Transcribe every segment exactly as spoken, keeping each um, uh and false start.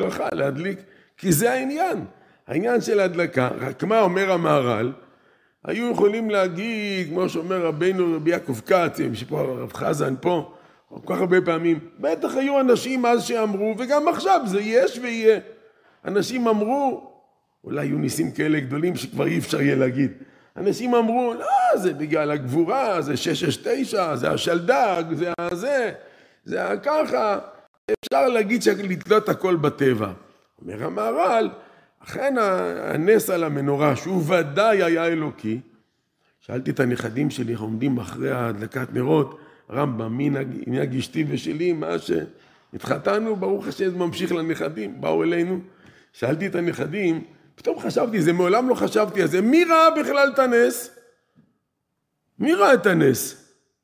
ברכה להדליק, כי זה העניין. העניין של ההדלקה, רק מה אומר המהר"ל, היו יכולים להגיד, כמו שאומר רבינו רבי יעקב כץ, שפה הרב חזן פה, כל כך הרבה פעמים, בטח היו אנשים אז שאמרו, וגם עכשיו זה יש ויהיה. אנשים אמרו, אולי היו ניסים כאלה גדולים שכבר אי אפשר יהיה להגיד. אנשים אמרו, לא, זה בגלל הגבורה, זה שש שש תשע, זה השלדג, זה הזה, זה ככה. אפשר להגיד שלתלות הכל בטבע. אומר המהר"ל, אכן הנס על המנורה, שהוא ודאי היה אלוקי, שאלתי את הנכדים שלי, עומדים אחרי הדלקת נרות, רמב"ם, מנהג אשתי ושלי, מה שהתחתנו, ברוך השם, ממשיך לנכדים, באו אלינו, שאלתי את הנכדים, פתאום חשבתי, זה מעולם לא חשבתי על זה, מי ראה בכלל את הנס? מי ראה את הנס?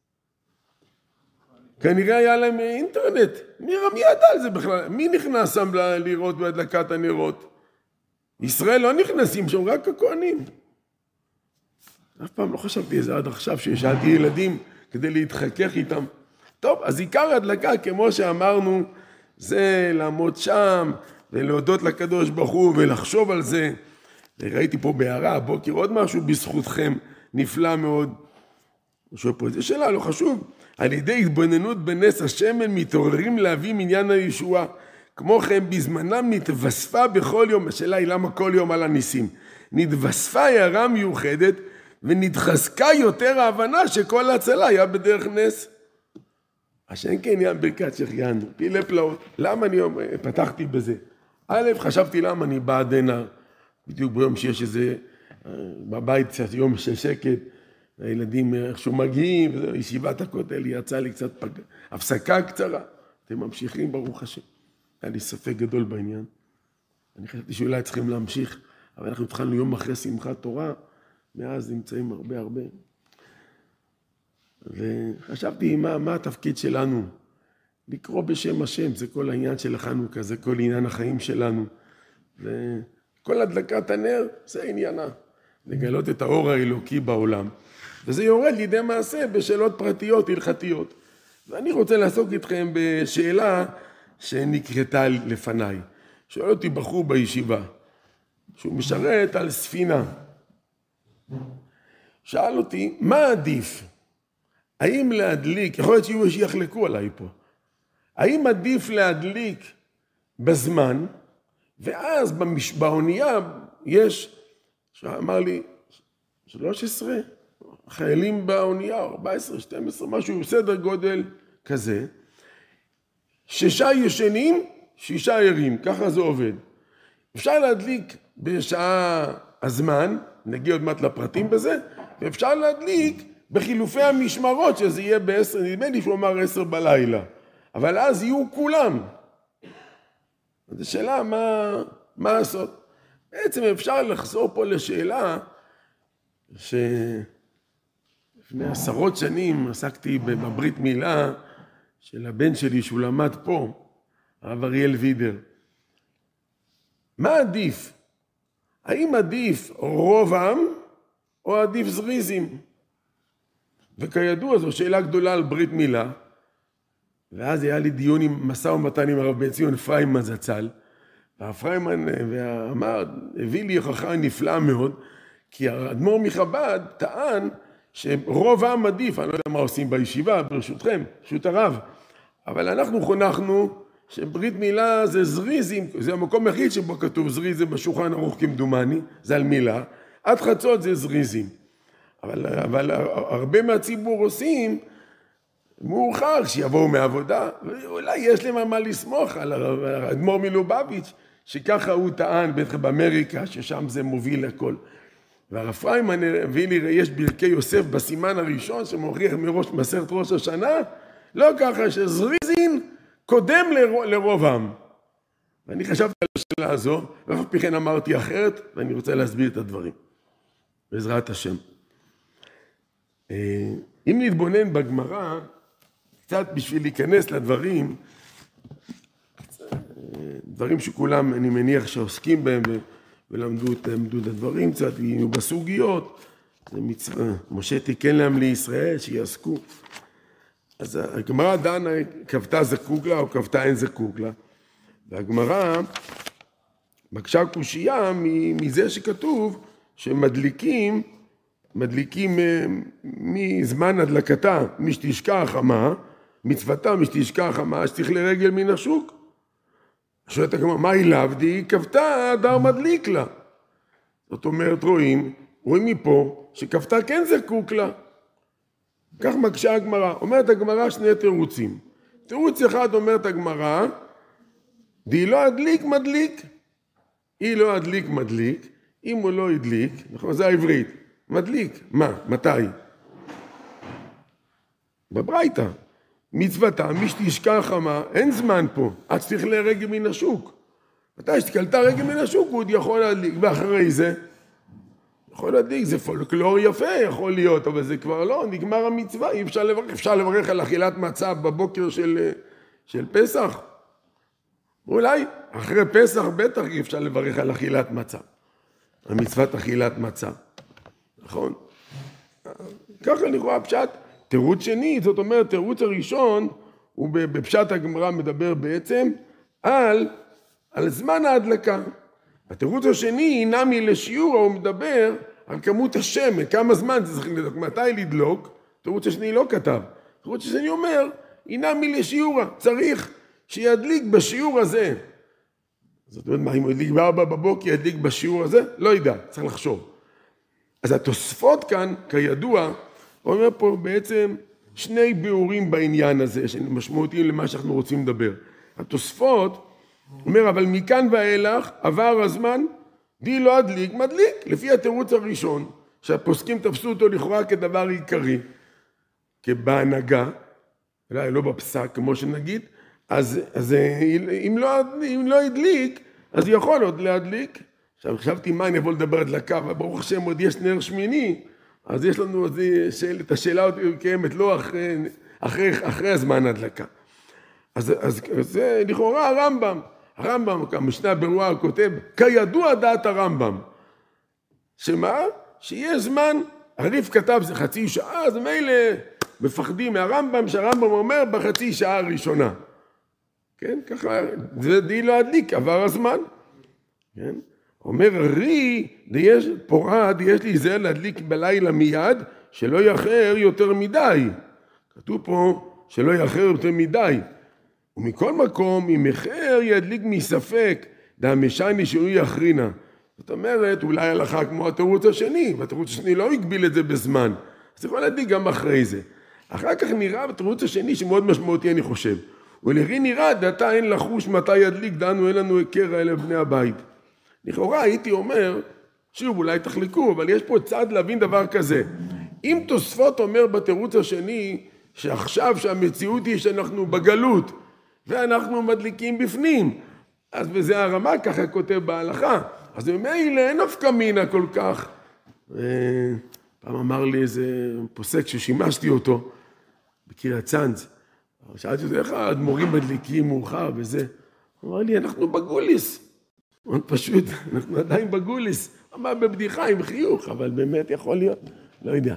כנראה היה להם אינטרנט, מי, מי ידע על זה בכלל? מי נכנס שם לראות בהדלקת הנרות? ישראל לא נכנסים שם, רק הכהנים. אף פעם לא חשבתי איזה עד עכשיו ששאלתי ילדים כדי להתחכך איתם. טוב, אז עיקר ההדלקה, כמו שאמרנו, זה לעמוד שם ולהודות לקדוש ברוך הוא ולחשוב על זה. וראיתי פה בהערה הבוקר עוד משהו בזכותכם נפלא מאוד. שואל פה, זה שאלה, לא חשוב. על ידי התבוננות בנס השמן מתעוררים להביא מניין הישועה. כמו כן בזמנם נתווספה בכל יום, השאלה היא למה כל יום על הניסים. נתווספה הערה מיוחדת ונתחזקה יותר ההבנה שכל ההצלה היה בדרך נס. השם כן ים ברכת שהחיינו, פילי פלאות. למה אני פתחתי בזה? א', חשבתי למה אני בעד הנה, בדיוק ביום שיש איזה, בבית קצת יום של שקט, הילדים איכשהו מגיעים, ישיבת הכותל יצא לי קצת פג... הפסקה קצרה, אתם ממשיכים ברוך השם. היה לי ספק גדול בעניין, אני חשבתי שאולי צריכים להמשיך, אבל אנחנו התחלנו יום אחרי שמחת תורה, מאז נמצאים הרבה הרבה. וחשבתי מה, מה התפקיד שלנו, לקרוא בשם השם, זה כל העניין של החנוכה, זה כל עניין החיים שלנו. וכל הדלקת הנר זה עניינה, לגלות את האור האלוקי בעולם. וזה יורד לידי מעשה בשאלות פרטיות, הלכתיות. ואני רוצה לעסוק איתכם בשאלה שנקראתה לפניי. שואל אותי בחור בישיבה, שהוא משרת על ספינה. שאל אותי, מה עדיף? האם להדליק, יכול להיות שיהיו שיחלקו עליי פה, האם עדיף להדליק בזמן, ואז באונייה יש, שאמר לי, שלוש עשרה חיילים באונייה, ארבע עשרה, שתים עשרה, משהו בסדר גודל כזה, שישה ישנים, שישה ערים, ככה זה עובד. אפשר להדליק בשעה הזמן, נגיע עוד מעט לפרטים בזה, ואפשר להדליק בחילופי המשמרות, שזה יהיה בעשר, נדמה לי שהוא אמר עשר בלילה. אבל אז יהיו כולם. אז השאלה, מה, מה לעשות? בעצם אפשר לחזור פה לשאלה, שלפני עשרות שנים עסקתי בברית מילה של הבן שלי שהוא למד פה, הרב אריאל וידר. מה עדיף? האם עדיף רוב עם או עדיף זריזים? וכידוע זו שאלה גדולה על ברית מילה, ואז היה לי דיון עם משא ומתן עם הרב בן ציון פריימן זצ"ל, והרב פריימן ואמר, הביא לי הוכחה נפלאה מאוד, כי האדמו"ר מחב"ד טען שרוב העם עדיף, אני לא יודע מה עושים בישיבה, ברשותכם, ברשות הרב, אבל אנחנו חונכנו שברית מילה זה זריזים, זה המקום היחיד שבו כתוב זריזים בשולחן ערוך כמדומני, זה על מילה, עד חצות זה זריזים. אבל, אבל הרבה מהציבור עושים מאוחר שיבואו מעבודה, ואולי יש להם מה לסמוך על האדמו"ר מלובביץ', שככה הוא טען בטח באמריקה, ששם זה מוביל הכל. והרב פריימן הביא לי, יש ברכי יוסף בסימן הראשון, שמוכיח מראש מסכת ראש השנה, לא ככה שזריזין קודם לרוב עם. ואני חשבתי על השאלה הזו, ואף פי כן אמרתי אחרת, ואני רוצה להסביר את הדברים. בעזרת השם. אם נתבונן בגמרא, קצת בשביל להיכנס לדברים, דברים שכולם אני מניח שעוסקים בהם ולמדו את הדברים קצת, ויהיו בסוגיות, זה מצווה, משה תיקן להם לישראל שיעסקו. אז הגמרא דנה, כבתה זקוק לה או כבתה אין זקוק לה, והגמרא בקשה קושייה מזה שכתוב שמדליקים, מדליקים מזמן הדלקתה, משתשקע החמה, מצוותה משתשקע החמה, שצריך לרגל מן השוק. שואלת הגמרא, מה היא לבדי? היא כפתה, הדר מדליק לה. זאת אומרת, רואים, רואים מפה, שכפתה כן זקוק לה. כך מקשה הגמרא. אומרת הגמרא שני תירוצים. תירוץ אחד אומרת הגמרא, די לא הדליק מדליק. היא לא הדליק מדליק, אם הוא לא הדליק, נכון, זה העברית, מדליק, מה, מתי? בברייתא, מצוותה, משתשקע חמה, אין זמן פה, עד שצריך לרגל מן השוק. מתי שתקלטה רגל מן השוק, הוא עוד יכול להדליק, ואחרי זה, יכול להדליק, זה פולקלור יפה יכול להיות, אבל זה כבר לא, נגמר המצווה, אי אפשר לברך, אפשר לברך על אכילת מצה בבוקר של, של פסח. אולי, אחרי פסח בטח אי אפשר לברך על אכילת מצה. המצוות אכילת מצה. נכון? ככה אני רואה פשט. תירוץ שני, זאת אומרת, תירוץ הראשון, הוא בפשט הגמרא מדבר בעצם על, על זמן ההדלקה. התירוץ השני, נמי לשיעור, הוא מדבר על כמות השמן, כמה זמן זה צריך לדלוק, מתי לדלוק. תירוץ השני לא כתב. תירוץ השני אומר, נמי לשיעור, צריך שידליק בשיעור הזה. זאת אומרת, מה, אם הוא ידליק בארבע בבוקר, ידליק בשיעור הזה? לא יודע, צריך לחשוב. אז התוספות כאן, כידוע, אומר פה בעצם שני ביאורים בעניין הזה, שמשמעותיים למה שאנחנו רוצים לדבר. התוספות, אומר, אבל מכאן ואילך, עבר הזמן, די לא הדליק, מדליק, לפי התירוץ הראשון, שהפוסקים תפסו אותו לכאורה כדבר עיקרי, כבהנהגה, אולי לא בפסק, כמו שנגיד, אז, אז אם לא, אם לא הדליק, אז יכול עוד להדליק. עכשיו, חשבתי מה אני אבוא לדבר הדלקה, וברוך השם עוד יש נר שמיני, אז יש לנו שאל, את השאלה עוד קיימת, לא אחרי, אחרי, אחרי הזמן ההדלקה. אז, אז זה לכאורה הרמב"ם, הרמב"ם, המשנה ברורה כותב, כידוע דעת הרמב"ם, שמה? שיש זמן, הריף כתב זה חצי שעה, אז מילא מפחדים מהרמב"ם, שהרמב"ם אומר בחצי שעה הראשונה. כן, ככה, זה די לא הדליק, עבר הזמן. כן? אומר, רי, יש, פורעד, יש לי זה להדליק בלילה מיד, שלא יאחר יותר מדי. כתוב פה, שלא יאחר יותר מדי. ומכל מקום, אם יאחר ידליק מספק, דהמשני שהוא יאחרינה. זאת אומרת, אולי הלכה כמו התירוץ השני, והתירוץ השני לא הגביל את זה בזמן. אז יכול להדליק גם אחרי זה. אחר כך נראה בתירוץ השני, שמאוד משמעותי אני חושב. ולרי נראה, דעתה אין לחוש מתי ידליק, דענו אין לנו הכר האלה בני הבית. לכאורה הייתי אומר, שוב אולי תחלקו, אבל יש פה צד להבין דבר כזה. אם תוספות אומר בתירוץ השני, שעכשיו שהמציאות היא שאנחנו בגלות, ואנחנו מדליקים בפנים, אז בזה הרמה ככה כותב בהלכה, אז ממילא אין נפקא מינה כל כך. פעם אמר לי איזה פוסק ששימשתי אותו, בקריית צאנז, שאלתי אותו, איך האדמו"רים מדליקים מאוחר וזה? הוא אמר לי, אנחנו בגוליס. מאוד פשוט, אנחנו עדיין בגוליס. אמר בבדיחה עם חיוך, אבל באמת יכול להיות, לא יודע.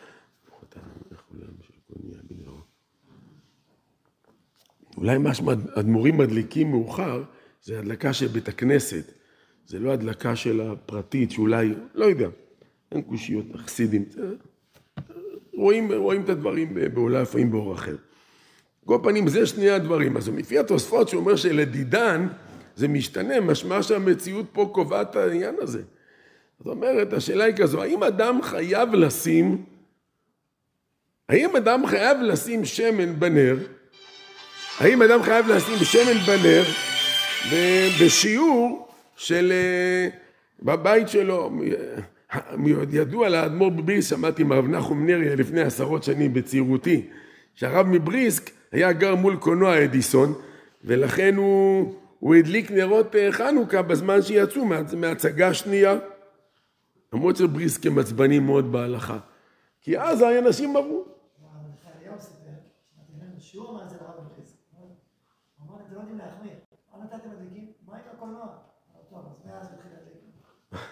אולי מה שהאדמו"רים מדליקים מאוחר, זה הדלקה של בית הכנסת. זה לא הדלקה של הפרטית, שאולי, לא יודע, אין קושיות חסידים. רואים, רואים את הדברים באולי לפעמים באור אחר. כל פנים, זה שני הדברים. אז לפי התוספות שאומר שלדידן, זה משתנה, משמע שהמציאות פה קובעת את העניין הזה. זאת אומרת, השאלה היא כזו, האם אדם חייב לשים, האם אדם חייב לשים שמן בנר, האם אדם חייב לשים שמן בנר, בשיעור של, בבית שלו, ידוע לאדמו"ר בבריסק, שמעתי עם הרב נחום נריה לפני עשרות שנים בצעירותי, שהרב מבריסק היה גר מול קולנוע אדיסון, ולכן הוא, הוא הדליק נרות חנוכה בזמן שיצאו מהצגה שנייה. למרות שבריסק הם עצבנים מאוד בהלכה. כי אז האנשים עברו. היום סיפר, שנתתם שיעור אמר את זה לרב מבריסק. הוא אמר, אתם לא יודעים להחמיר. לא נתתם מדליקים, מה עם הקולנוע? טוב, אז מאז התחיל להדליק.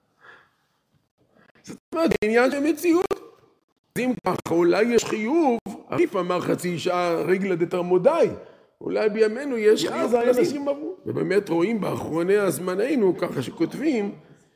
זאת אומרת, העניין של מציאות. אז אם ככה, אולי יש חיוב, הריף אמר חצי שעה רגלה דתרמודאי. אולי בימינו יש אז האנשים עברו. ובאמת רואים באחרוני הזמננו, ככה שכותבים,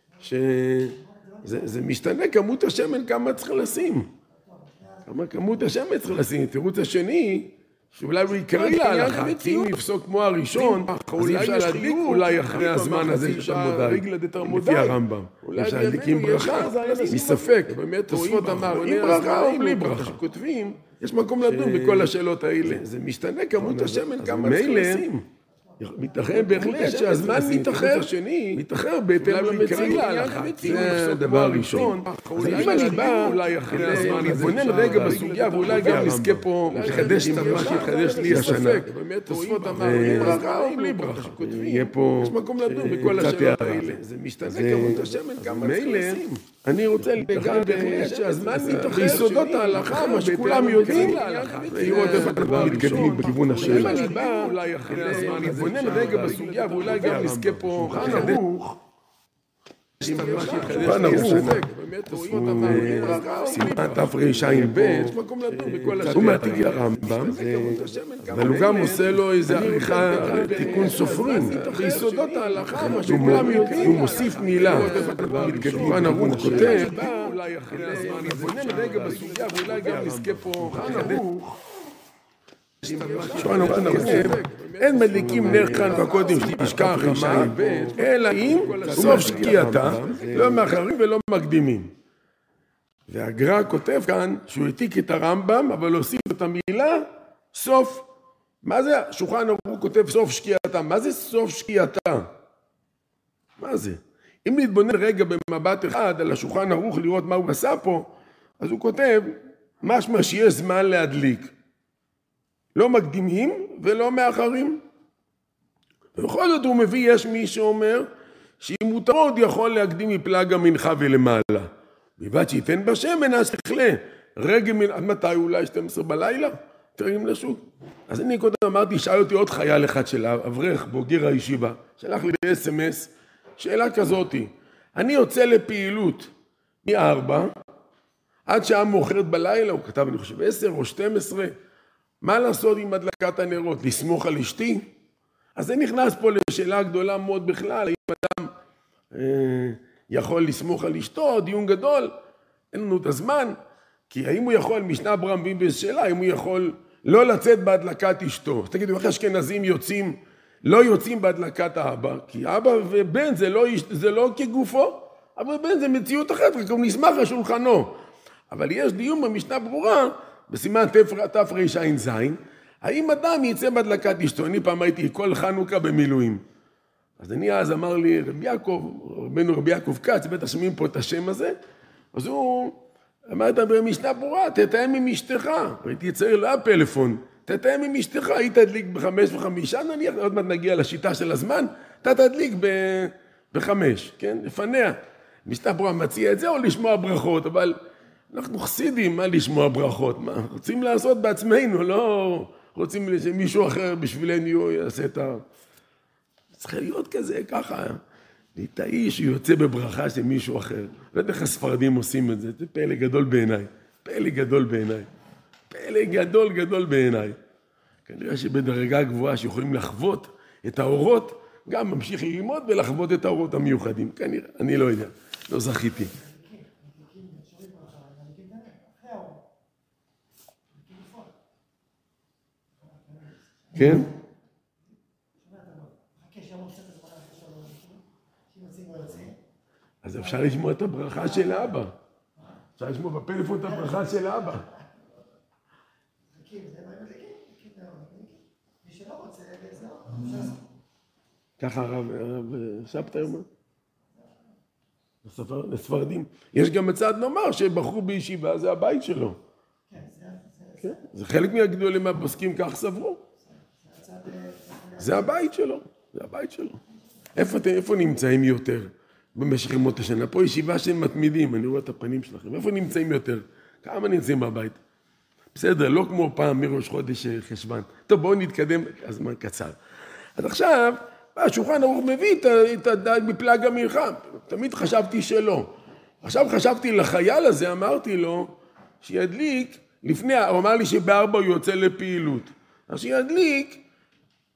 שזה משתנה כמות השמן כמה צריך לשים. כמה כמות השמן צריך לשים. תירוץ השני, שאולי הוא יקריא להלכה, כי אם יפסוק כמו הראשון, אז אי אפשר להדליק אולי אחרי הזמן הזה ששם לפי הרמב"ם. אולי אפשר להדליק עם ברכה, מספק. תוספות אמר, עם ברכה או בלי ברכה. כותבים, יש מקום לדון בכל השאלות האלה. זה משתנה כמות השמן כמה צריך לשים. מתאחר בהחלט שהזמן מתאחר, מתאחר בהתאם למציאות, זה הדבר הראשון. אז אם אני בא להתבונן רגע בסוגיה, ואולי גם נזכה פה לחדש את מה שהתחדש לי השנה. תוספות אמר, ברכה או בלי ברכה. יהיה פה, יש מקום לדון בכל השאלות האלה. זה משתנה כמות השמן כמה צריך לשים. אני רוצה לגעת בהחלט שהזמן מתאחר ביסודות ההלכה, מה שכולם יודעים, ולראות איפה הדבר מתקדמים בכיוון השאלה. אם אני בא אולי אחרי הזמן להתבונן רגע בסוגיה, ואולי גם נזכה פה לחדש. שולחן ערוך, סימן תרע"ב, הוא מעתיק לרמב"ם, אבל הוא גם עושה לו איזה עריכה, תיקון סופרים, ביסודות ההלכה, מה שכולם יודעים, הוא מוסיף מילה. שולחן ערוך כותב, להתבונן רגע בסוגיה, ואולי גם נזכה פה לחדש. שולחן ערוך כותב, אין מדליקים נר חנוכה קודם שתשכח חמה, אלא אם סוף שקיעתה, לא מאחרים ולא מקדימים. והגר"א כותב כאן שהוא העתיק את הרמב"ם, אבל הוסיף את המילה סוף. מה זה? שולחן ערוך כותב סוף שקיעתה. מה זה סוף שקיעתה? מה זה? אם נתבונן רגע במבט אחד על השולחן ערוך לראות מה הוא עשה פה, אז הוא כותב משמע שיש זמן להדליק. לא מקדימים ולא מאחרים. ובכל זאת הוא מביא, יש מי שאומר, שאם מותר עוד יכול להקדים מפלג המנחה ולמעלה. בלבד שייתן בשמן, אז תכלה. רגע מן, עד מתי? אולי שתים עשרה בלילה? תרגעים לשוק. אז אני קודם אמרתי, שאל אותי עוד חייל אחד של אברך, בוגר הישיבה, שלח לי ב-אס אם אס, שאלה כזאת, אני יוצא לפעילות מ-ארבע, עד שעה מאוחרת בלילה, הוא כתב, אני חושב, עשר או שתים עשרה, מה לעשות עם הדלקת הנרות? לסמוך על אשתי? אז זה נכנס פה לשאלה גדולה מאוד בכלל, האם אדם אה, יכול לסמוך על אשתו, דיון גדול, אין לנו את הזמן, כי האם הוא יכול, משנה אברהם ביבס שאלה, האם הוא יכול לא לצאת בהדלקת אשתו. אז תגידו, איך אשכנזים יוצאים, לא יוצאים בהדלקת האבא, כי אבא ובן זה לא, זה לא כגופו, אבא ובן זה מציאות אחרת, רק הוא נסמך על שולחנו. אבל יש דיון במשנה ברורה, בסימן תרע"ז, האם אדם יצא בהדלקת אשתו? אני פעם הייתי כל חנוכה במילואים. אז אני אז אמר לי, רבי יעקב, רבנו רבי יעקב כץ, בטח שומעים פה את השם הזה, אז הוא אמר את במשנה ברורה, תתאם עם אשתך, הייתי צעיר לא הפלאפון, תתאם עם אשתך, היא תדליק בחמש וחמישה, נניח, עוד מעט נגיע לשיטה של הזמן, אתה תדליק ב- בחמש, כן? לפניה. משנה ברורה מציע את זה או לשמוע ברכות, אבל אנחנו חסידים, מה לשמוע ברכות? מה? רוצים לעשות בעצמנו, לא רוצים שמישהו אחר בשבילנו יעשה את ה... צריך להיות כזה, ככה, להתאי שיוצא בברכה של מישהו אחר. לא יודע איך הספרדים עושים את זה, זה פלא גדול בעיניי, פלא גדול בעיניי, פלא גדול גדול בעיניי. כנראה שבדרגה גבוהה שיכולים לחוות את האורות, גם ממשיך ללמוד ולחוות את האורות המיוחדים. כנראה, אני לא יודע, לא זכיתי. כן? אז אפשר לשמוע את הברכה של אבא. אפשר לשמוע בפלאפון את הברכה של אבא. ככה הרב שבתאי אומר? לספרדים. יש גם מצד נאמר שבחור בישיבה זה הבית שלו. זה חלק מהגדולים מהפוסקים כך סברו. זה הבית שלו, זה הבית שלו. איפה, איפה נמצאים יותר במשך ימות השנה? פה ישיבה של מתמידים, אני רואה את הפנים שלכם. איפה נמצאים יותר? כמה נמצאים בבית? בסדר, לא כמו פעם מראש חודש חשבן. טוב, בואו נתקדם, הזמן קצר. אז עכשיו, השולחן ערוך מביא את הדעת בפלג המלחם. תמיד חשבתי שלא. עכשיו חשבתי לחייל הזה, אמרתי לו, שידליק, לפני, הוא אמר לי שבארבע הוא יוצא לפעילות. אז שידליק,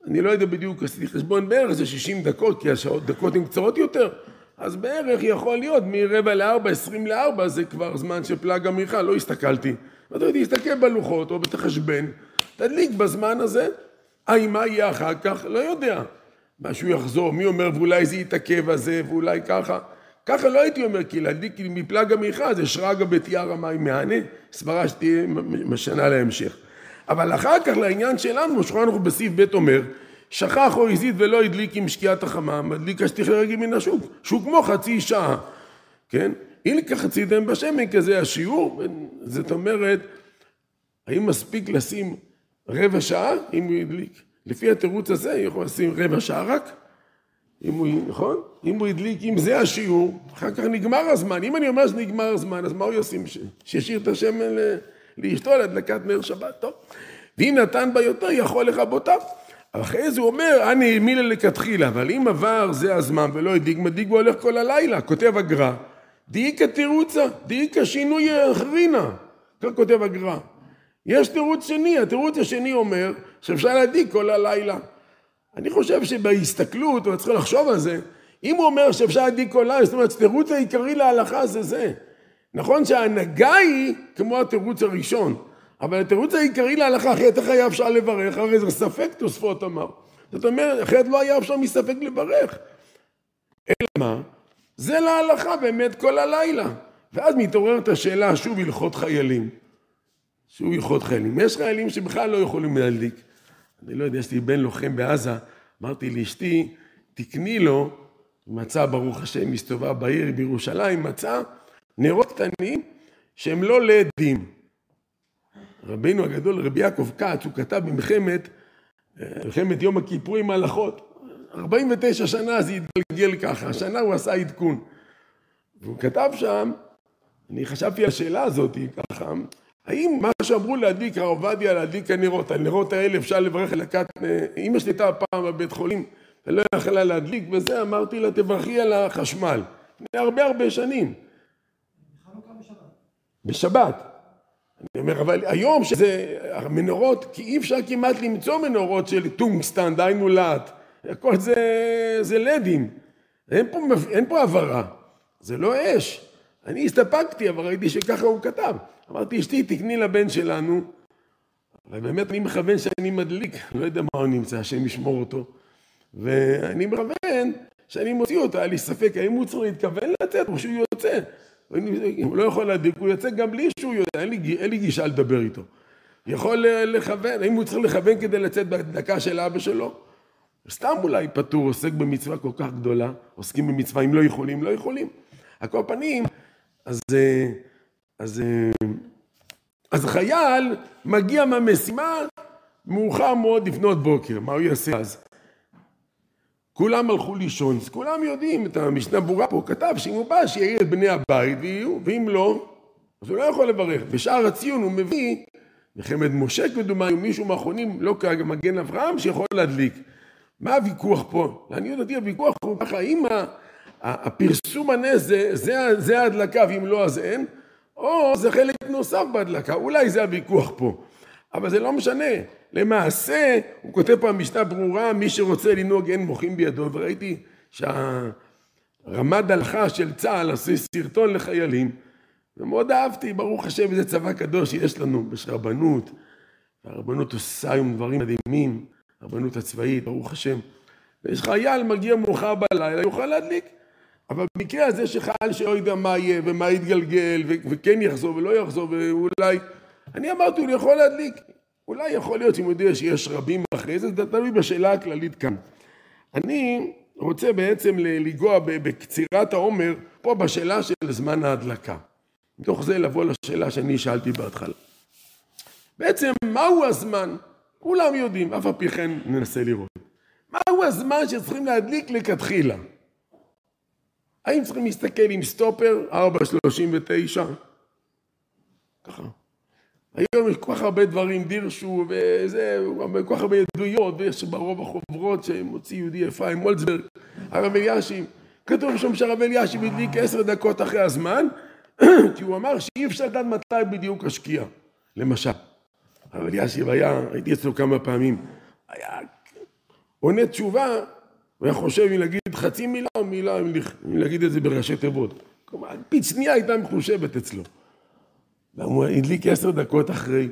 אני לא יודע בדיוק, עשיתי חשבון בערך, זה שישים דקות, כי השעות דקות הן קצרות יותר, אז בערך יכול להיות מרבע לארבע, עשרים לארבע, זה כבר זמן של פלג המריחה, לא הסתכלתי. אתה יודע, תסתכל בלוחות או בתחשבן, תדליק בזמן הזה, אי, מה יהיה אחר כך? לא יודע. משהו יחזור, מי אומר, ואולי זה יתעכב הזה, ואולי ככה. ככה לא הייתי אומר, כי להדליק מפלג המריחה, זה שרגא בתיאר המים מהנה, סברה שתהיה משנה להמשך. אבל אחר כך לעניין שלנו, שולחן ערוך בסעיף ב' אומר, שכח או הזיד ולא הדליק עם שקיעת החמה, מדליק השטיח לרגל מן השוק, שהוא כמו חצי שעה, כן? אילקח חציתם בשמן, כזה השיעור, זאת אומרת, האם מספיק לשים רבע שעה, אם הוא הדליק? לפי התירוץ הזה, יכול לשים רבע שעה רק, אם הוא, נכון? אם הוא הדליק, אם זה השיעור, אחר כך נגמר הזמן. אם אני אומר שנגמר הזמן, אז מה הוא ישים? שישאיר את השמן לאשתו להדלקת נר שבת, טוב? ואם נתן בה יותר, יכול לכבותיו. אחרי זה הוא אומר, אני מילה לכתחילה, אבל אם עבר זה הזמן ולא הדליק, מדליק והולך כל הלילה, כותב הגר"א, דייקה תירוצה, דייקה שינוי אחרינה, כך כותב הגר"א. יש תירוץ שני, התירוץ השני אומר שאפשר להדליק כל הלילה. אני חושב שבהסתכלות, הוא צריך לחשוב על זה, אם הוא אומר שאפשר להדליק כל הלילה, זאת אומרת, התירוץ העיקרי להלכה זה זה. נכון שההנהגה היא כמו התירוץ הראשון, אבל התירוץ העיקרי להלכה, אחרת איך היה אפשר לברך, הרי זה ספק תוספות אמר. זאת אומרת, אחרת לא היה אפשר מספק לברך. אלא מה? זה להלכה באמת כל הלילה. ואז מתעוררת השאלה, שוב הלכות חיילים. שוב הלכות חיילים. יש חיילים שבכלל לא יכולים להדליק. אני לא יודע, יש לי בן לוחם בעזה, אמרתי לאשתי, תקני לו, מצא ברוך השם, מסתובב בעיר בירושלים, מצא נרות קטנים שהם לא לדים. רבינו הגדול, רבי יעקב כץ, הוא כתב במלחמת, מלחמת יום הכיפורים הלכות. ארבעים ותשע שנה זה התגלגל ככה, השנה הוא עשה עדכון. והוא כתב שם, אני חשבתי על השאלה הזאת ככה, האם מה שאמרו להדליק, הרב עובדיה להדליק הנרות, הנרות האלה אפשר לברך לקט, אמא שלי הייתה פעם בבית חולים, ולא יכלה להדליק, וזה אמרתי לה, תברכי על החשמל. לפני הרבה הרבה שנים. חנוכה בשבת. בשבת. אני אומר, אבל היום שזה המנורות, כי אי אפשר כמעט למצוא מנורות של טונגסטן, דיינו לאט. הכל זה, זה לדים. אין פה, אין פה עברה. זה לא אש. אני הסתפקתי, אבל ראיתי שככה הוא כתב. אמרתי, אשתי, תקני לבן שלנו. אבל באמת אני מכוון שאני מדליק. לא יודע מה הוא נמצא, השם ישמור אותו. ואני מכוון שאני מוציא אותו. היה לי ספק, האם הוא צריך להתכוון לצאת או שהוא יוצא. אם הוא לא יכול להדליק, הוא יוצא גם בלי שהוא יוצא. אין לי, אין לי גישה לדבר איתו. יכול לכוון, האם הוא צריך לכוון כדי לצאת בדקה של אבא שלו? סתם אולי פטור, עוסק במצווה כל כך גדולה, עוסקים במצווה, אם לא יכולים, לא יכולים. על כל פנים, אז, אז, אז חייל מגיע מהמשימה מאוחר מאוד לפנות בוקר. מה הוא יעשה אז? כולם הלכו לישון, אז כולם יודעים, את המשנה ברורה פה כתב שאם הוא בא שיעיר את בני הבית ויהיו, ואם לא, אז הוא לא יכול לברך. בשער הציון הוא מביא, מלחמת משה כדומה, מישהו מאחרונים, לא כמגן אברהם, שיכול להדליק. מה הוויכוח פה? לעניות דעתי הוויכוח הוא ככה, אם הפרסום הנס זה, זה, זה ההדלקה, ואם לא אז אין, או זה חלק נוסף בהדלקה, אולי זה הוויכוח פה. אבל זה לא משנה. למעשה, הוא כותב פה המשנה ברורה, מי שרוצה לנהוג אין מוחים בידו, וראיתי שהרמ"ד הלכה של צה"ל עושה סרטון לחיילים, ומאוד אהבתי, ברוך השם, איזה צבא קדוש שיש לנו, בשרבנות, והרבנות עושה היום דברים מדהימים, הרבנות הצבאית, ברוך השם, ויש חייל מגיע מאוחר בלילה, יוכל להדליק, אבל במקרה הזה שחייל שלא יודע מה יהיה, ומה יתגלגל, וכן יחזור ולא יחזור, ואולי, אני אמרתי, הוא יכול להדליק, אולי יכול להיות שהוא יודע שיש רבים אחרי זה, זה תלוי בשאלה הכללית כאן. אני רוצה בעצם לגוע בקצירת העומר, פה בשאלה של זמן ההדלקה. מתוך זה לבוא לשאלה שאני שאלתי בהתחלה. בעצם, מהו הזמן? כולם יודעים, אף על פי כן ננסה לראות. מהו הזמן שצריכים להדליק לכתחילה? האם צריכים להסתכל עם סטופר ארבע שלושים ותשע? ככה. היום יש כל כך הרבה דברים, דירשו, וזה, כל כך הרבה עדויות, ויש ברוב החוברות שמוציא יהודי אפרים מולצברג, הרב אלישיב, כתוב שם שהרב אלישיב הדליק עשר דקות אחרי הזמן, כי הוא אמר שאי אפשר לדעת מתי בדיוק השקיע, למשל. הרב אלישיב היה, הייתי אצלו כמה פעמים, היה עונה תשובה, הוא היה חושב אם להגיד חצי מילה או מילה, אם להגיד את זה בראשי תיבות. כלומר, פית שנייה הייתה מחושבת אצלו. והוא הדליק עשר דקות אחרי.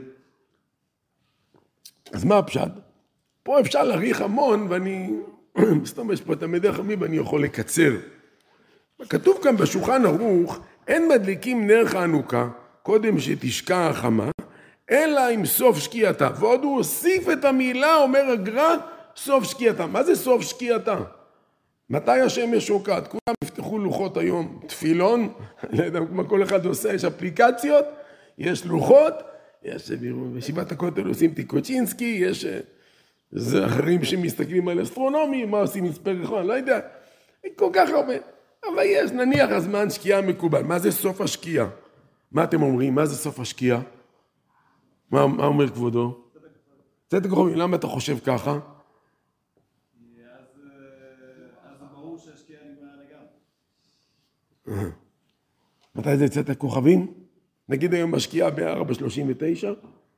אז מה הפשט? פה אפשר להאריך המון, ואני מסתום, יש פה את המדי חמים ואני יכול לקצר. כתוב כאן בשולחן ערוך, אין מדליקים נר חנוכה, קודם שתשקע החמה, אלא עם סוף שקיעתה. ועוד הוא הוסיף את המילה, אומר הגר"א, סוף שקיעתה. מה זה סוף שקיעתה? מתי השמש שוקעת? כולם יפתחו לוחות היום, תפילון, לא יודע, כמו כל אחד עושה, יש אפליקציות, יש לוחות, יש בישיבת הכותל עושים טיקוצ'ינסקי, יש זה אחרים שמסתכלים על אסטרונומי, מה עושים מספר רחון, לא יודע, כל כך הרבה. אבל יש, נניח הזמן שקיעה מקובל. מה זה סוף השקיעה? מה אתם אומרים? מה זה סוף השקיעה? מה, מה אומר כבודו? צאת הכוכבים, למה אתה חושב ככה? אז זה ברור שהשקיעה נגמרה לגמרי. מתי זה צאת הכוכבים? נגיד היום השקיעה ב-ארבע שלושים ותשע?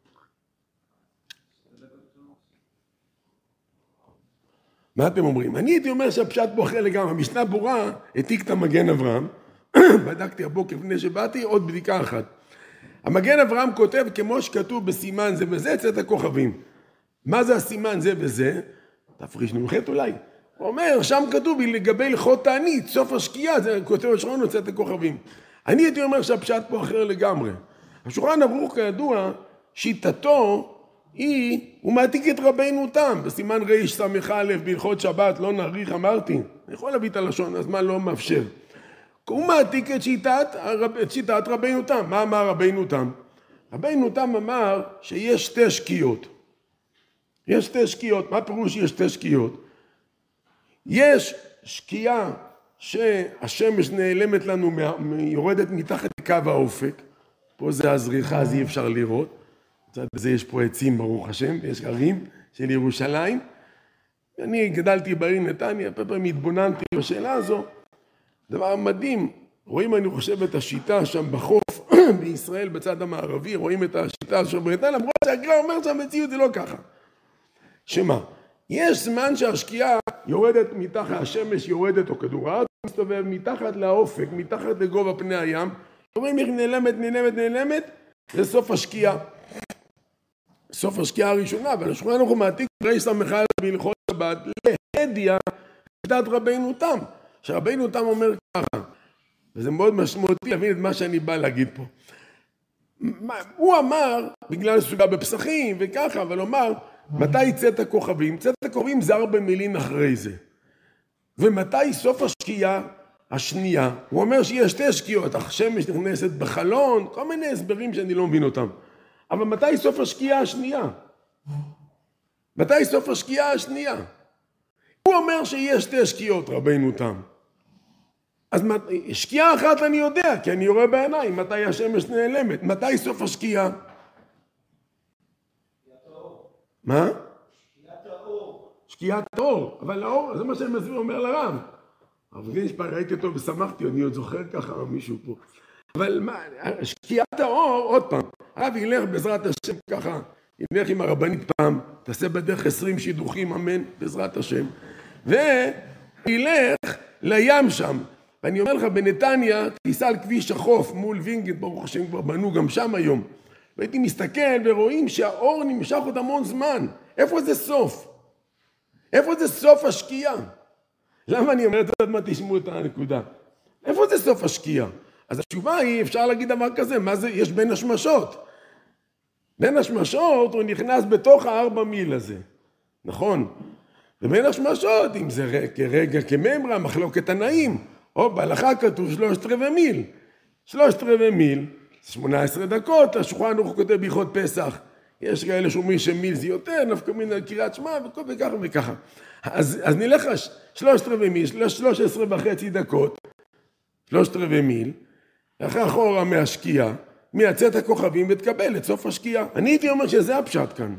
מה אתם אומרים? אני הייתי אומר שהפשט פה אחרי לגמרי. המשנה ברורה העתיק את המגן אברהם. בדקתי הבוקר לפני שבאתי, עוד בדיקה אחת. המגן אברהם כותב כמו שכתוב בסימן זה וזה, צאת הכוכבים. מה זה הסימן זה וזה? תפריש נמחת אולי. הוא אומר, שם כתוב לגבי הלכות תענית, סוף השקיעה, זה כותב השולחן צאת הכוכבים. אני הייתי אומר שהפשט פה אחר לגמרי. השולחן ערוך כידוע, שיטתו היא, הוא מעתיק את רבינו תם, בסימן ריש סמך א' בהלכות שבת, לא נאריך, אמרתי, אני יכול להביא את הלשון, הזמן לא מאפשר. הוא מעתיק את שיטת, את שיטת רבינו תם. מה אמר רבינו תם? רבינו תם אמר שיש שתי שקיעות. יש שתי שקיעות. מה פירוש יש שתי שקיעות? יש שקיעה שהשמש נעלמת לנו, יורדת מתחת לקו האופק. פה זה הזריחה, אז אי אפשר לראות. בצד הזה יש פה עצים, ברוך השם, ויש ערים של ירושלים. אני גדלתי בעיר נתניה, פעם התבוננתי בשאלה הזו. דבר מדהים, רואים אני חושב את השיטה שם בחוף בישראל בצד המערבי, רואים את השיטה שם בנתניה, למרות שהגר"א אומר שהמציאות זה לא ככה. שמה? יש זמן שהשקיעה יורדת מתחת, השמש יורדת או כדור הארץ מסתובב מתחת לאופק, מתחת לגובה פני הים, רואים איך נעלמת, נעלמת, נעלמת, זה סוף השקיעה. סוף השקיעה הראשונה, אבל השולחן ערוך מעתיק ריש סמך א' בהלכות שבת להדיא שיטת רבינו תם. שרבינו תם אומר ככה, וזה מאוד משמעותי להבין את מה שאני בא להגיד פה. הוא אמר, בגלל סוגה בפסחים וככה, אבל הוא אמר, מתי צאת הכוכבים? צאת הכוכבים זה ארבע מילים אחרי זה. ומתי סוף השקיעה השנייה? הוא אומר שיש שתי שקיעות, השמש נכנסת בחלון, כל מיני הסברים שאני לא מבין אותם. אבל מתי סוף השקיעה השנייה? מתי סוף השקיעה השנייה? הוא אומר שיש שתי שקיעות, רבינו תם. אז שקיעה אחת אני יודע, כי אני רואה בעיניים מתי השמש נעלמת. מתי סוף השקיעה? מה? שקיעת האור. שקיעת האור. אבל האור, זה מה שאני מסביר, אומר לרב. אבל גרינשפן, ראיתי אותו ושמחתי, אני עוד זוכר ככה מישהו פה. אבל מה, שקיעת האור, עוד פעם, הרב ילך בעזרת השם ככה, ילך עם הרבנית פעם, תעשה בדרך עשרים שידוכים, אמן, בעזרת השם, וילך לים שם. ואני אומר לך, בנתניה, תיסע על כביש החוף מול וינגייט, ברוך השם כבר בנו גם שם היום. והייתי מסתכל ורואים שהאור נמשך עוד המון זמן. איפה זה סוף? איפה זה סוף השקיעה? למה אני אומר את זה עד מה תשמעו את הנקודה? איפה זה סוף השקיעה? אז התשובה היא, אפשר להגיד דבר כזה, מה זה? יש בין השמשות. בין השמשות הוא נכנס בתוך הארבע מיל הזה. נכון? ובין השמשות, אם זה כרגע כממרה, מחלוקת תנאים, או בהלכה כתוב שלושת רבעי מיל. שלושת רבעי מיל, שמונה עשרה דקות, השולחן ערוך כותב בהלכות פסח. יש כאלה שאומרים שמיל זה יותר, נפקא מינה קריאת שמע, וכל וככה וככה. אז, אז נלך שלושת רבעי מיל, שלוש עשרה וחצי דקות, שלושת רבעי מיל, אחרי אחורה מהשקיעה, מייצאת הכוכבים ותקבל את סוף השקיעה. אני הייתי אומר שזה הפשט כאן.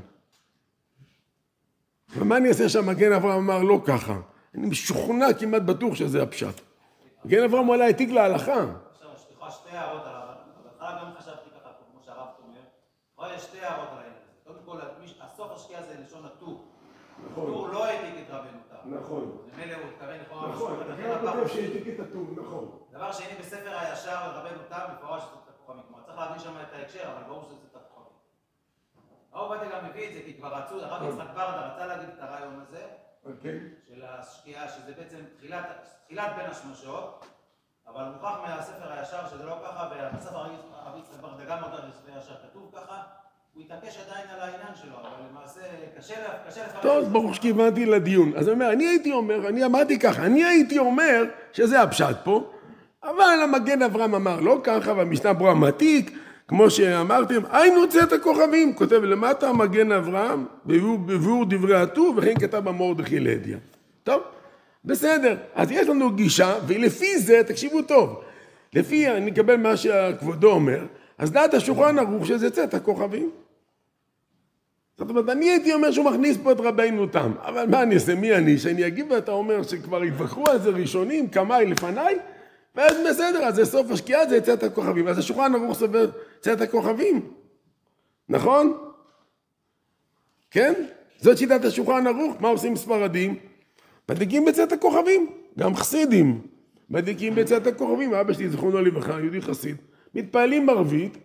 ומה אני אעשה שהמגן אברהם אמר לא ככה? אני משוכנע כמעט בטוח שזה הפשט. מגן אברהם עולה העתיק להלכה. עכשיו, יש לך שתי הערות על הרב. בהתחלה גם חשבתי ככה, כמו שהרב אומר. אבל יש שתי הערות על העניין הזה. קודם כל, הסוף השקיעה זה לשון הטור. הטור לא העתיק את רבנו תם. נכון. ממילא הוא התכוון לכאורה... נכון, אתה כותב שהעתיק את הטור, נכון. דבר שני, בספר הישר רבנו תם, מפורש את הכוכבים. כלומר, צריך להבין שם את ההקשר, אבל ברור שזה את הכוכבים. הרב עובדיה גם מביא את זה, כי כבר רצו, הרב יצחק ברדה רצה להגיד את הרעיון הזה, של השקיעה, שזה בעצם תחילת בין השמשות, אבל מוכח מהספר הישר שזה לא ככה, ובספר הרב יצחק ברדה גם עוד בספר הישר כתוב ככה, הוא התעקש עדיין על העניין שלו, אבל למעשה קשה לפרש. טוב, ברור שכיוונתי לדיון. אז אני אומר, אני הייתי אומר, אני אמרתי ככה, אני הייתי אומר שזה הפשט פה, אבל המגן אברהם אמר לא ככה, והמשנה ברורה מעתיק, כמו שאמרתם, היינו צאת הכוכבים, כותב למטה מגן אברהם, בביאור דברי הטור, וכן כתב במרדכי להדיא. טוב, בסדר. אז יש לנו גישה, ולפי זה, תקשיבו טוב, לפי, אני אקבל מה שהכבודו אומר, אז דעת השולחן ערוך שזה צאת הכוכבים. זאת אומרת, אני הייתי אומר שהוא מכניס פה את רבינו תם, אבל מה אני אעשה, מי אני? שאני אגיב ואתה אומר שכבר התווכחו על זה ראשונים, כמי לפניי, ואז בסדר, אז זה סוף השקיעה, זה צאת הכוכבים. אז השולחן ערוך סובר צאת הכוכבים. נכון? כן? זאת שיטת השולחן ערוך. מה עושים ספרדים? מדליקים בצאת הכוכבים. גם חסידים מדליקים בצאת הכוכבים. אבא שלי זכרונו לברכה, יהודי חסיד. מתפעלים ערבית.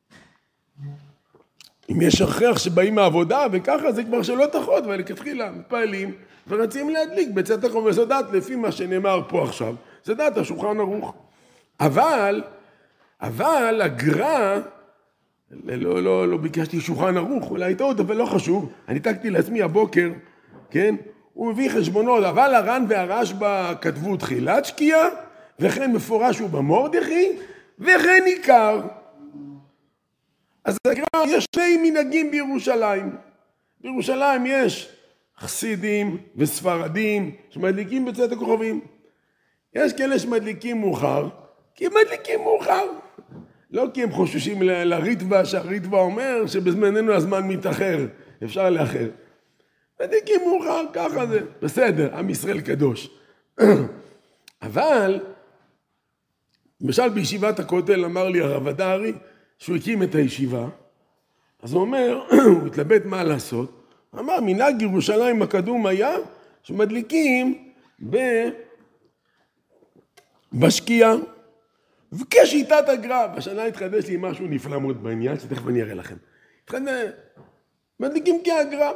אם יש הכרח שבאים מהעבודה וככה, זה כבר שלא תחות, אבל לכתחילה מתפעלים ורצים להדליק בצאת הכוכבים. וזו דעת לפי מה שנאמר פה עכשיו. זה דעת השולחן ערוך. אבל, אבל הגר"א, לא, לא, לא ביקשתי שולחן ערוך, אולי טעות, אבל לא חשוב. אני תקתי לעצמי הבוקר, כן? הוא מביא חשבונות, אבל הר"ן והרשב"א כתבו תחילת שקיעה, וכן מפורש הוא במרדכי, וכן עיקר. אז הגר"א, יש שני מנהגים בירושלים. בירושלים יש חסידים וספרדים שמדליקים בצאת הכוכבים. יש כאלה שמדליקים מאוחר, כי הם מדליקים מאוחר. לא כי הם חוששים לריטב"א, שהריטב"א אומר שבזמננו הזמן מתאחר, אפשר לאחר. מדליקים מאוחר, ככה זה. בסדר, עם ישראל קדוש. אבל, למשל בישיבת הכותל אמר לי הרב הדרי, שהוא הקים את הישיבה, אז הוא אומר, הוא התלבט מה לעשות, הוא אמר, מנהג ירושלים הקדום היה שמדליקים ב... בשקיעה, וכשיטת הגר"א, בשנה התחדש לי משהו נפלא מאוד בעניין, שתכף אני אראה לכם. התחדש, מדליקים כהגר"א.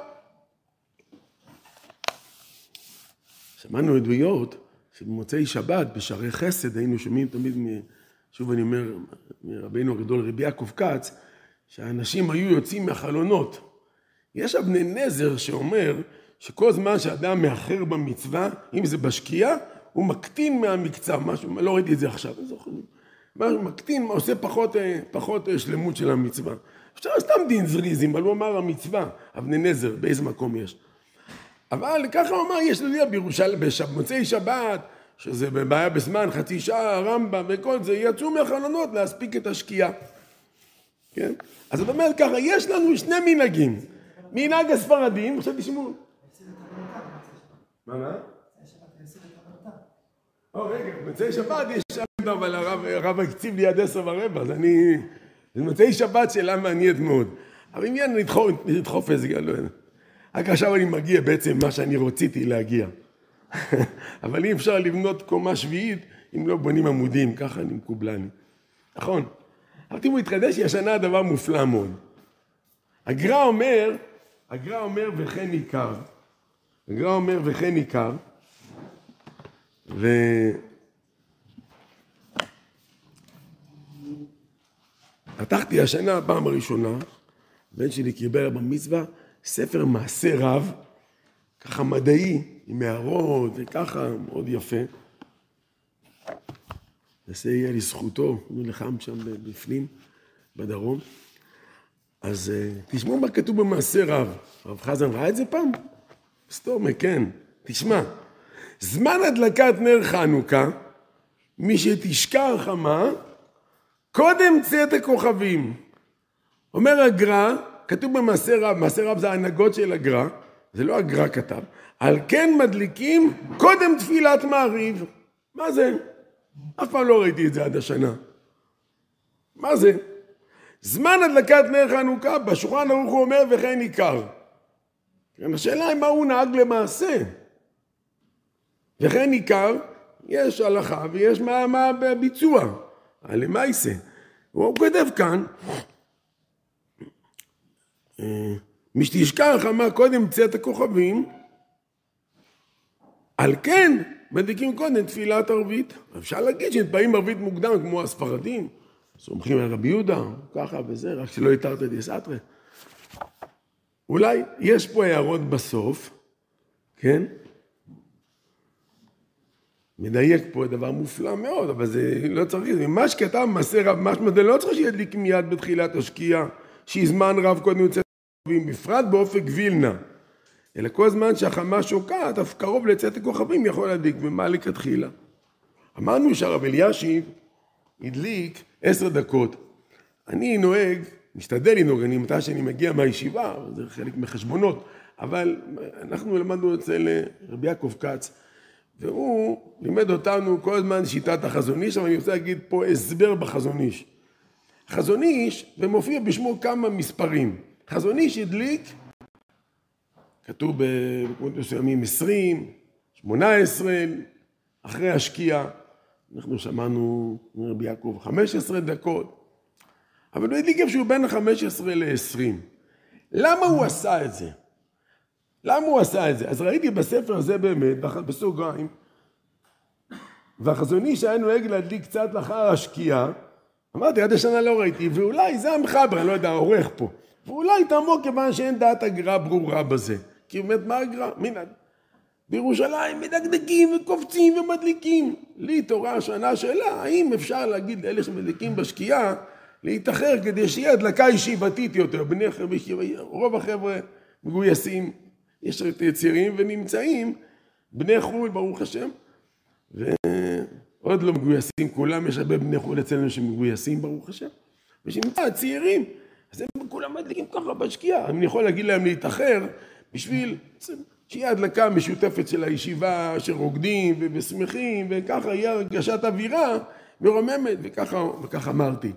שמענו עדויות שבמוצאי שבת, בשערי חסד, היינו שומעים תמיד, שוב אני אומר, מרבינו הגדול רבי יעקב כץ, שהאנשים היו יוצאים מהחלונות. יש אבני נזר שאומר שכל זמן שאדם מאחר במצווה, אם זה בשקיעה, הוא מקטין מהמקצב, משהו, לא ראיתי את זה עכשיו, אני זוכר. משהו מקטין, עושה פחות, פחות שלמות של המצווה. אפשר סתם דין זריזים, אבל הוא אמר המצווה, אבני נזר, באיזה מקום יש. אבל ככה הוא אמר, יש לדיע בירושלים, במוצאי שבת, שזה בעיה בזמן, חצי שעה, הרמב"ם וכל זה, יצאו מהחלונות להספיק את השקיעה. כן? אז זאת אומרת ככה, יש לנו שני מנהגים. מנהג הספרדים, עכשיו תשמעו. מה, מה? או רגע, במוצאי שבת יש שם, אבל הרב הקציב לי עד עשר ורבע, אז אני... זה במוצאי שבת שאלה מעניינת מאוד. אבל אם יהיה לדחוף איזה גלו, רק עכשיו אני מגיע בעצם מה שאני רציתי להגיע. אבל אי אפשר לבנות קומה שביעית אם לא בונים עמודים, ככה אני מקובלני. נכון? אבל אם הוא התחדש, היא השנה הדבר מופלא מאוד. הגר"א אומר, הגר"א אומר וכן עיקר. הגר"א אומר וכן עיקר. ו... פתחתי השנה הפעם הראשונה, בן שלי קיבל במצווה, ספר מעשה רב, ככה מדעי, עם הערות וככה, מאוד יפה. זה יהיה לזכותו, הוא לחם שם בפנים, בדרום. אז תשמעו מה כתוב במעשה רב. הרב חזן ראה את זה פעם? סתום, כן, תשמע. זמן הדלקת נר חנוכה, מי שתשכח חמה, קודם צאת הכוכבים. אומר הגר"א, כתוב במעשה רב, מעשה רב זה ההנהגות של הגר"א, זה לא הגר"א כתב, על כן מדליקים קודם תפילת מעריב. מה זה? אף פעם לא ראיתי את זה עד השנה. מה זה? זמן הדלקת נר חנוכה, בשולחן ערוך הוא אומר וכן עיקר. השאלה היא מה הוא נהג למעשה. וכן עיקר, יש הלכה ויש מה, מה בביצוע. למעשה. הוא כותב כאן, משתשכח אמר קודם צאת הכוכבים, על כן מדליקים קודם תפילת ערבית. אפשר להגיד שנתפעים ערבית מוקדם כמו הספרדים, סומכים על רבי יהודה, ככה וזה, רק שלא יתרת את יסתרי. אולי יש פה הערות בסוף, כן? מדייק פה דבר מופלא מאוד, אבל זה לא צריך, זה ממש כתב מעשה רב, משמע זה לא צריך שידליק מיד בתחילת השקיעה, שהזמן רב קודם יוצא הכוכבים, בפרט באופק וילנה, אלא כל זמן שהחמה שוקעת, אף קרוב לצאת הכוכבים יכול להדליק, ומה לכתחילה? אמרנו שהרב אלישיב הדליק עשר דקות. אני נוהג, משתדל לנהוג, אני מתי שאני מגיע מהישיבה, זה חלק מחשבונות, אבל אנחנו למדנו אצל רבי יעקב כץ, והוא לימד אותנו כל הזמן שיטת החזון איש, אבל אני רוצה להגיד פה הסבר בחזון איש. חזון איש, ומופיע בשמו כמה מספרים. חזון איש הדליק, כתוב במקומות מסוימים עשרים, שמונה עשרה, אחרי השקיעה, אנחנו שמענו רבי יעקב חמש עשרה דקות, אבל הוא הדליק איפשהו בין ה-חמש עשרה ל-עשרים. למה הוא עשה את זה? למה הוא עשה את זה? אז ראיתי בספר הזה באמת, בסוגריים, והחזון איש היה נוהג להדליק קצת לאחר השקיעה, אמרתי, עד השנה לא ראיתי, ואולי זה המחבר, אני לא יודע, עורך פה, ואולי תעמוק כיוון שאין דעת הגר"א ברורה בזה, כי באמת מה הגר"א? מן, בירושלים מדקדקים וקופצים ומדליקים, לי תורה השנה שאלה, האם אפשר להגיד לאלה שמדליקים בשקיעה, להתאחר כדי שיהיה הדלקה ישיבתית יותר, בני חבר'ה, רוב החבר'ה מגויסים, יש את יצירים ונמצאים, בני חול ברוך השם, ועוד לא מגויסים כולם, יש הרבה בני חול אצלנו שמגויסים ברוך השם, ושנמצא צעירים, אז הם כולם מדליקים ככה בשקיעה, אני יכול להגיד להם להתאחר, בשביל שיהיה הדלקה משותפת של הישיבה, שרוקדים ושמחים, וככה יהיה הרגשת אווירה מרוממת, וככה, וככה אמרתי.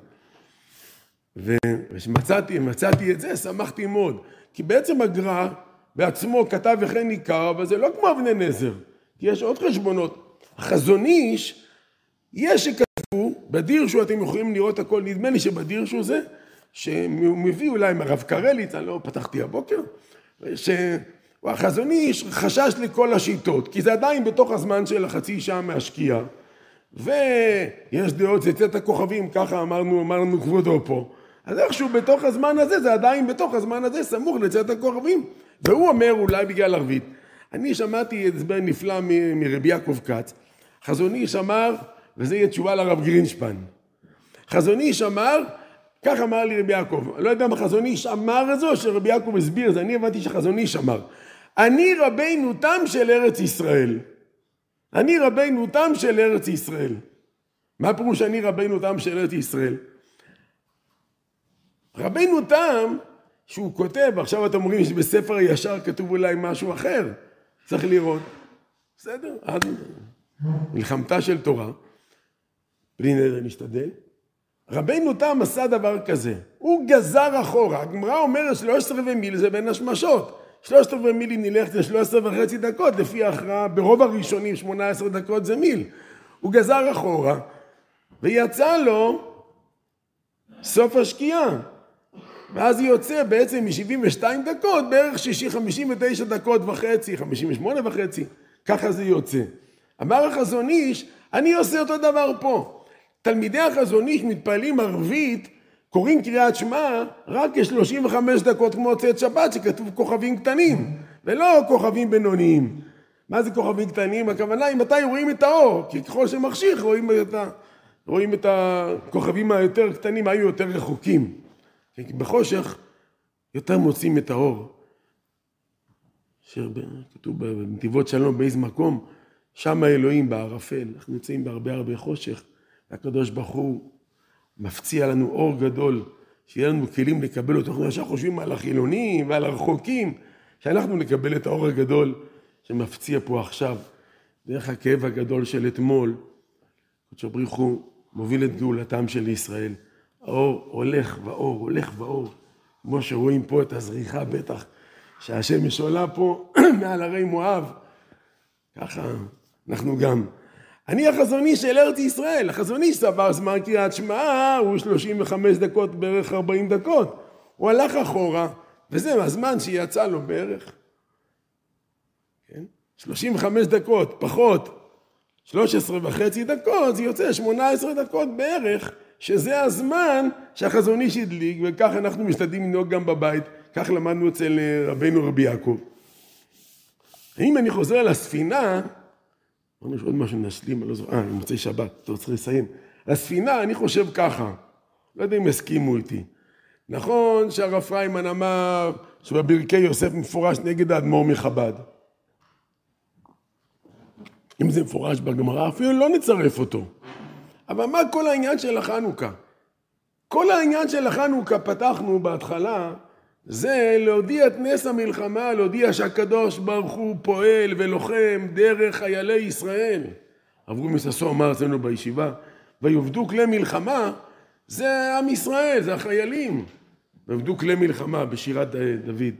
וכשמצאתי, מצאתי את זה, שמחתי מאוד, כי בעצם הגר"א בעצמו כתב וכן ניכר, אבל זה לא כמו אבני נזר, כי יש עוד חשבונות. החזון איש, יש שכתבו, בדירשו אתם יכולים לראות הכל, נדמה לי שבדירשו זה, שהוא מביא אולי מהרב קרליץ, אני לא פתחתי הבוקר, שהחזון איש חשש לכל השיטות, כי זה עדיין בתוך הזמן של החצי שעה מהשקיעה, ויש דעות, זה צאת הכוכבים, ככה אמרנו, אמרנו כבודו פה, אז איכשהו בתוך הזמן הזה, זה עדיין בתוך הזמן הזה, סמוך לצאת הכוכבים, והוא אומר אולי בגלל ערבית. אני שמעתי הסבר נפלא מ- מרבי יעקב כץ, חזון איש אמר, וזה יהיה תשובה לרב גרינשפן, חזון איש אמר, כך אמר לי רבי יעקב, לא יודע מה חזון איש אמר את זה, או שרבי יעקב הסביר, זה אני הבנתי שחזון איש אמר, אני רבינו תם של ארץ ישראל, אני רבינו תם של ארץ ישראל. מה פירוש אני רבינו תם של ארץ ישראל? רבינו תם, שהוא כותב, עכשיו אתם אומרים שבספר הישר כתוב אולי משהו אחר, צריך לראות. בסדר? עד מלחמתה של תורה, בלי נדר נשתדל. רבינו תם עשה דבר כזה, הוא גזר אחורה, הגמרא אומרת שלוש עשרה ומיל זה בין השמשות. שלושת רבעי מיל אם נלך זה שלוש עשרה וחצי דקות, לפי ההכרעה, ברוב הראשונים שמונה עשרה דקות זה מיל. הוא גזר אחורה, ויצא לו סוף השקיעה. ואז היא יוצא בעצם מ-שבעים ושתיים דקות, בערך שישים, חמישים ותשע דקות וחצי, חמישים ושמונה וחצי, ככה זה יוצא. אמר החזון איש, אני עושה אותו דבר פה. תלמידי החזון איש מתפעלים ערבית, קוראים קריאת שמע רק כ-שלושים וחמש דקות כמו צאת שבת שכתוב כוכבים קטנים, ולא כוכבים בינוניים. מה זה כוכבים קטנים? הכוונה היא מתי רואים את האור, כי ככל שמחשיך רואים את, ה... רואים את הכוכבים היותר קטנים, היו יותר רחוקים. כי בחושך יותר מוצאים את האור. כתוב בנתיבות שלום באיזה מקום, שם האלוהים בערפל, אנחנו נמצאים בהרבה הרבה חושך, והקדוש ברוך הוא מפציע לנו אור גדול, שיהיה לנו כלים לקבל אותו. אנחנו עכשיו חושבים על החילונים ועל הרחוקים, שאנחנו נקבל את האור הגדול שמפציע פה עכשיו, דרך הכאב הגדול של אתמול, קדוש ברוך הוא מוביל את גאולתם של ישראל. האור הולך ואור, הולך ואור, כמו שרואים פה את הזריחה בטח שהשמש עולה פה מעל הרי מואב, ככה אנחנו גם. אני החזון איש של ארץ ישראל, החזון איש סבר זמן קריאת שמע, הוא שלושים וחמש דקות, בערך ארבעים דקות. הוא הלך אחורה, וזה הזמן שיצא לו בערך. כן? שלושים וחמש דקות, פחות שלוש עשרה וחצי דקות, זה יוצא שמונה עשרה דקות בערך, שזה הזמן שהחזון איש הדליק, וכך אנחנו משתדלים לנהוג גם בבית, כך למדנו אצל רבינו רבי יעקב. אם אני חוזר על הספינה, יש עוד משהו נשלים, אני לא זוכר, אה, אני מוצא שבת, אתה רוצה לסיים. הספינה, אני חושב ככה, לא יודע אם הסכימו איתי. נכון שהרב פריימן אמר שבברכי יוסף מפורש נגד האדמו"ר מחב"ד. אם זה מפורש בגמרא, אפילו לא נצרף אותו. אבל מה כל העניין של החנוכה? כל העניין של החנוכה, פתחנו בהתחלה, זה להודיע את נס המלחמה, להודיע שהקדוש ברוך הוא פועל ולוחם דרך חיילי ישראל. עברו מססו אמר אצלנו בישיבה, ויובדו כלי מלחמה, זה עם ישראל, זה החיילים. ויובדו כלי מלחמה בשירת דוד.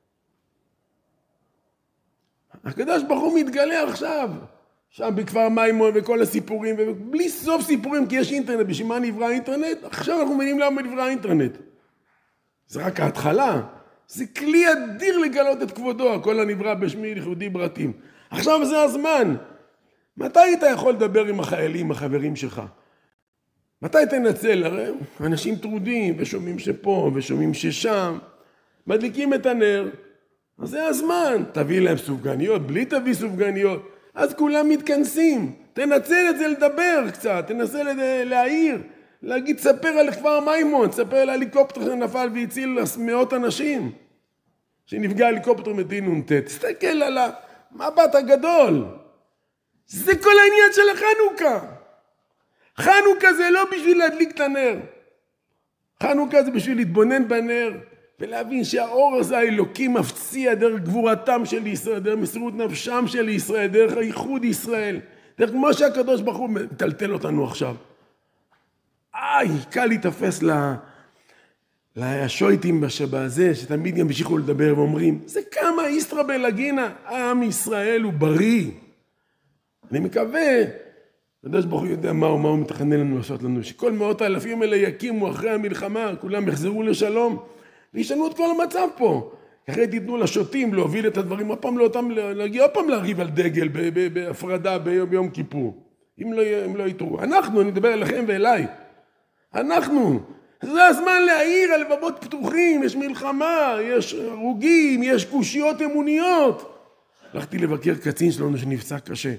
הקדוש ברוך הוא מתגלה עכשיו, שם בכפר מימון וכל הסיפורים, ובלי סוף סיפורים, כי יש אינטרנט, בשביל מה נברא אינטרנט? עכשיו אנחנו מבינים למה נברא אינטרנט. זה רק ההתחלה, זה כלי אדיר לגלות את כבודו, הכל הנברא בשמי לכבודי ברתים. עכשיו זה הזמן. מתי אתה יכול לדבר עם החיילים, החברים שלך? מתי תנצל? הרי אנשים טרודים ושומעים שפה ושומעים ששם, מדליקים את הנר, אז זה הזמן. תביא להם סופגניות, בלי תביא סופגניות, אז כולם מתכנסים. תנצל את זה לדבר קצת, תנסה להעיר. להגיד, ספר על כפר מימון, ספר על הליקופטר שנפל והציל מאות אנשים. שנפגע הליקופטר מדין נ"ט. תסתכל על המבט הגדול. זה כל העניין של החנוכה. חנוכה זה לא בשביל להדליק את הנר. חנוכה זה בשביל להתבונן בנר, ולהבין שהאור הזה האלוקי מפציע דרך גבורתם של ישראל, דרך מסירות נפשם של ישראל, דרך הייחוד ישראל, דרך כמו שהקדוש ברוך הוא מטלטל אותנו עכשיו. איי, קל להתאפס לשויטים בזה, שתמיד ימשיכו לדבר ואומרים, זה כמה איסטרבל לגינה, עם ישראל הוא בריא. אני מקווה, הקדוש ברוך הוא יודע מה הוא, מה הוא מתכנן לנו לעשות לנו, שכל מאות האלפים האלה יקימו אחרי המלחמה, כולם יחזרו לשלום, וישנו את כל המצב פה. אחרי תיתנו לשוטים להוביל את הדברים, עוד פעם לא אותם, להגיע עוד פעם להריב על דגל, בהפרדה ביום, ביום כיפור. אם לא, אם לא יתרו. אנחנו, אני מדבר אליכם ואליי. אנחנו, זה הזמן להעיר על לבבות פתוחים, יש מלחמה, יש הרוגים, יש קושיות אמוניות. הלכתי לבקר קצין שלנו שנפצע קשה.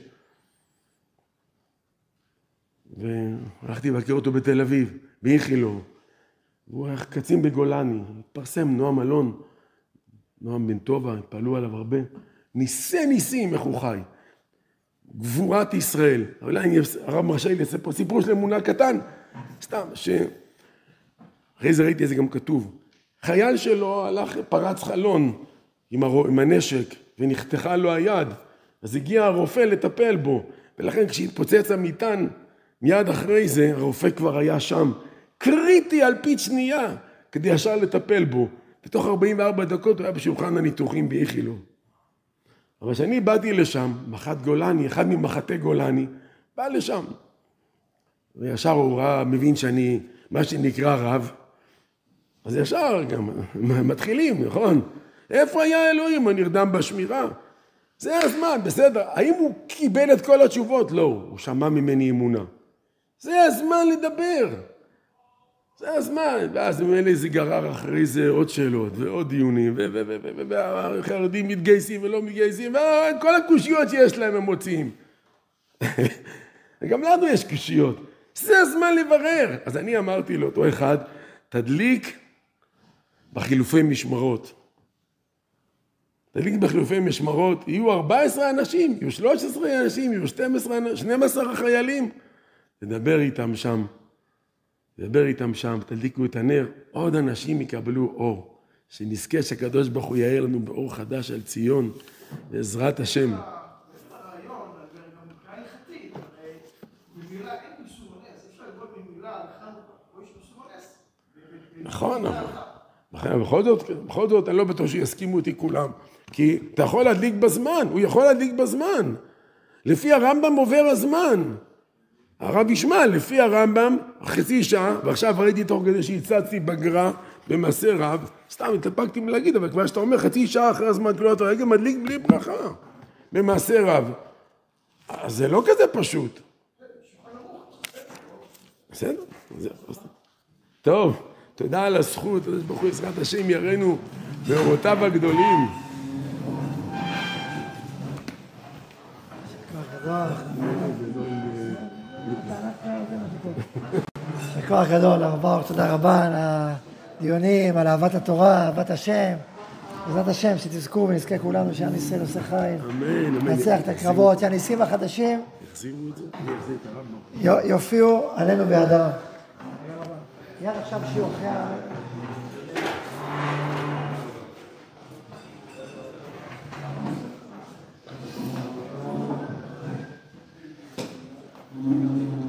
והלכתי לבקר אותו בתל אביב, באיכילוב. הוא היה קצין בגולני, התפרסם נועם אלון, נועם בן טובה, התפעלו עליו הרבה. ניסי ניסים איך הוא חי. גבורת ישראל. אולי אני, הרב מרשה לי לספר פה סיפור של אמונה קטן. סתם, ש... אחרי זה ראיתי איזה גם כתוב. חייל שלו הלך, פרץ חלון עם, הר... עם הנשק, ונחתכה לו היד. אז הגיע הרופא לטפל בו. ולכן כשהתפוצץ המטען, מיד אחרי זה, הרופא כבר היה שם. קריטי על פית שנייה, כדי ישר לטפל בו. בתוך ארבעים וארבע דקות הוא היה בשולחן הניתוחים באיכילוב. אבל כשאני באתי לשם, מח"ט גולני, אחד ממח"טי גולני, בא לשם. וישר הוא ראה, מבין שאני, מה שנקרא רב, אז ישר גם מתחילים, נכון? איפה היה אלוהים הנרדם בשמירה? זה הזמן, בסדר. האם הוא קיבל את כל התשובות? לא, הוא שמע ממני אמונה. זה הזמן לדבר. זה הזמן. ואז ממילא זה גרר אחרי זה עוד שאלות ועוד דיונים, והחרדים מתגייסים ולא מתגייסים, וכל הקושיות שיש להם הם מוצאים. וגם לנו יש קושיות. זה הזמן לברר. אז אני אמרתי לאותו אחד, תדליק בחילופי משמרות. תדליק בחילופי משמרות, יהיו ארבע עשרה אנשים, יהיו שלוש עשרה אנשים, יהיו שנים עשר חיילים. תדבר איתם שם. תדבר איתם שם, תדליקו את הנר, עוד אנשים יקבלו אור. שנזכה שהקדוש ברוך הוא יאיר לנו באור חדש על ציון, בעזרת השם. הרעיון, גם מבחינה הלכתית, במילה אין איסור אונס, אפשר לראות במילה על חנוכה, או יש איסור אונס. נכון, בכל זאת, בכל זאת, אני לא בטוח שיסכימו אותי כולם. כי אתה יכול להדליק בזמן, הוא יכול להדליק בזמן. לפי הרמב"ם עובר הזמן. הרב ישמע, לפי הרמב"ם, חצי שעה, ועכשיו ראיתי תוך כדי שהצצתי בגרה במעשה רב, סתם התאפקתי מלהגיד, אבל כבר שאתה אומר חצי שעה אחרי הזמן, כאילו אתה רגע מדליק בלי ברכה, במעשה רב. אז זה לא כזה פשוט. בסדר? טוב, תודה על הזכות, ברוך הוא ישרת השם יראנו באורותיו הגדולים. כוח גדול, הרב ברוך, תודה רבה על הדיונים, על אהבת התורה, אהבת השם. בעזרת השם שתזכו ונזכה כולנו שעם ישראל עושה חיל. אמן, אמן. נצליח את הקרבות, שהניסים החדשים יופיעו עלינו בידם. יד עכשיו שיעור אחרי ה...